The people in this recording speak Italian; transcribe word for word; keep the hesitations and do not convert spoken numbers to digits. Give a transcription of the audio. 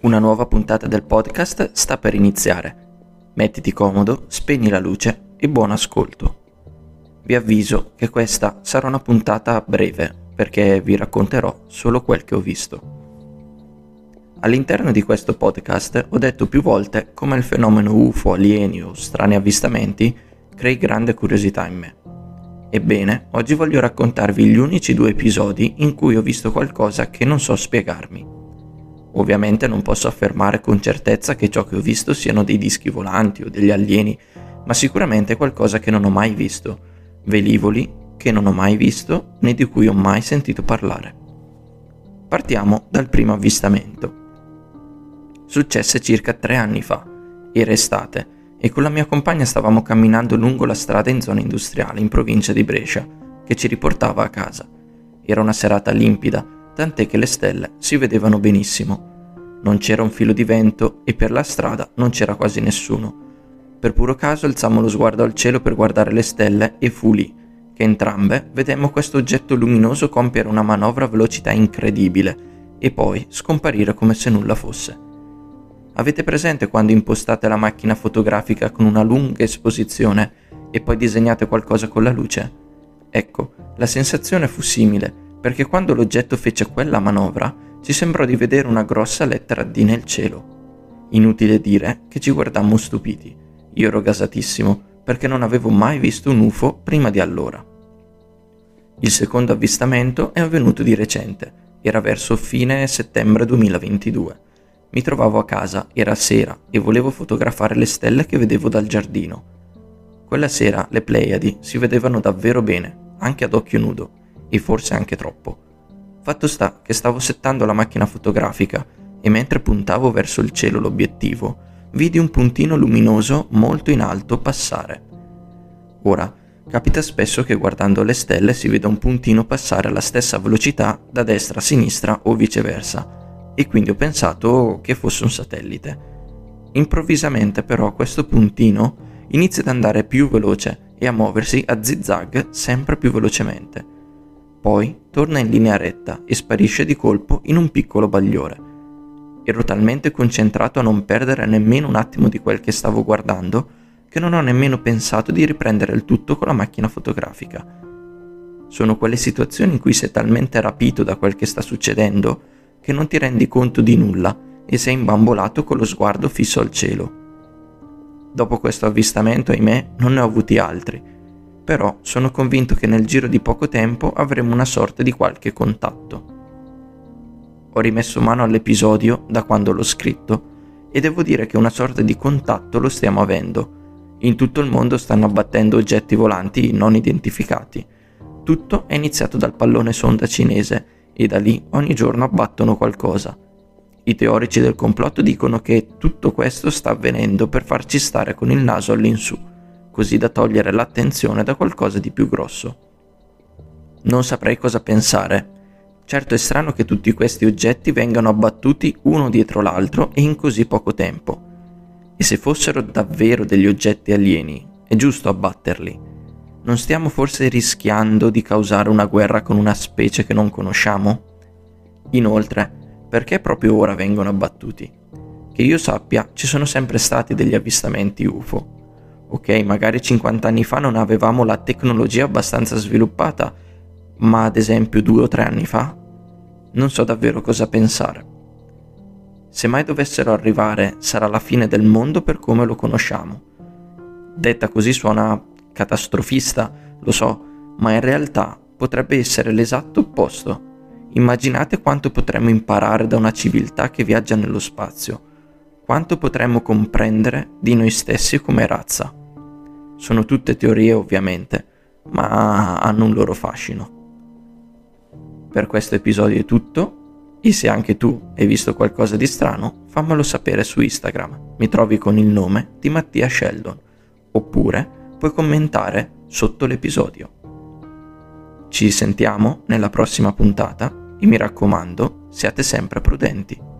Una nuova puntata del podcast sta per iniziare. Mettiti comodo, spegni la luce e buon ascolto. Vi avviso che questa sarà una puntata breve, perché vi racconterò solo quel che ho visto. All'interno di questo podcast ho detto più volte come il fenomeno U F O, alieni o strani avvistamenti crei grande curiosità in me. Ebbene, oggi voglio raccontarvi gli unici due episodi in cui ho visto qualcosa che non so spiegarmi. Ovviamente non posso affermare con certezza che ciò che ho visto siano dei dischi volanti o degli alieni, ma sicuramente qualcosa che non ho mai visto, velivoli che non ho mai visto né di cui ho mai sentito parlare. Partiamo dal primo avvistamento. Successe circa tre anni fa, era estate, e con la mia compagna stavamo camminando lungo la strada in zona industriale in provincia di Brescia, che ci riportava a casa. Era una serata limpida, tant'è che le stelle si vedevano benissimo. Non c'era un filo di vento e per la strada non c'era quasi nessuno. Per puro caso alzammo lo sguardo al cielo per guardare le stelle e fu lì che entrambe vedemmo questo oggetto luminoso compiere una manovra a velocità incredibile e poi scomparire come se nulla fosse. Avete presente quando impostate la macchina fotografica con una lunga esposizione e poi disegnate qualcosa con la luce? Ecco, la sensazione fu simile, perché quando l'oggetto fece quella manovra ci sembrò di vedere una grossa lettera D nel cielo. Inutile dire che ci guardammo stupiti. Io ero gasatissimo, perché non avevo mai visto un U F O prima di allora. Il secondo avvistamento è avvenuto di recente, era verso fine settembre duemilaventidue. Mi trovavo a casa, era sera e volevo fotografare le stelle che vedevo dal giardino. Quella sera le Pleiadi si vedevano davvero bene, anche ad occhio nudo, e forse anche troppo. Fatto sta che stavo settando la macchina fotografica e mentre puntavo verso il cielo l'obiettivo, vidi un puntino luminoso molto in alto passare. Ora, capita spesso che guardando le stelle si veda un puntino passare alla stessa velocità da destra a sinistra o viceversa, e quindi ho pensato che fosse un satellite. Improvvisamente però questo puntino inizia ad andare più veloce e a muoversi a zigzag sempre più velocemente. Poi torna in linea retta e sparisce di colpo in un piccolo bagliore. Ero talmente concentrato a non perdere nemmeno un attimo di quel che stavo guardando che non ho nemmeno pensato di riprendere il tutto con la macchina fotografica. Sono quelle situazioni in cui sei talmente rapito da quel che sta succedendo che non ti rendi conto di nulla e sei imbambolato con lo sguardo fisso al cielo. Dopo questo avvistamento, ahimè, non ne ho avuti altri, però sono convinto che nel giro di poco tempo avremo una sorta di qualche contatto. Ho rimesso mano all'episodio da quando l'ho scritto e devo dire che una sorta di contatto lo stiamo avendo. In tutto il mondo stanno abbattendo oggetti volanti non identificati. Tutto è iniziato dal pallone sonda cinese e da lì ogni giorno abbattono qualcosa. I teorici del complotto dicono che tutto questo sta avvenendo per farci stare con il naso all'insù, così da togliere l'attenzione da qualcosa di più grosso. Non saprei cosa pensare. Certo è strano che tutti questi oggetti vengano abbattuti uno dietro l'altro e in così poco tempo. E se fossero davvero degli oggetti alieni, è giusto abbatterli. Non stiamo forse rischiando di causare una guerra con una specie che non conosciamo? Inoltre, perché proprio ora vengono abbattuti? Che io sappia, ci sono sempre stati degli avvistamenti U F O. Ok, magari cinquanta anni fa non avevamo la tecnologia abbastanza sviluppata, ma ad esempio due o tre anni fa? Non so davvero cosa pensare. Se mai dovessero arrivare, sarà la fine del mondo per come lo conosciamo. Detta così suona catastrofista, lo so, ma in realtà potrebbe essere l'esatto opposto. Immaginate quanto potremmo imparare da una civiltà che viaggia nello spazio, quanto potremmo comprendere di noi stessi come razza. Sono tutte teorie ovviamente, ma hanno un loro fascino. Per questo episodio è tutto, e se anche tu hai visto qualcosa di strano, fammelo sapere su Instagram, mi trovi con il nome di Mattia Sheldon, oppure puoi commentare sotto l'episodio. Ci sentiamo nella prossima puntata e mi raccomando, siate sempre prudenti.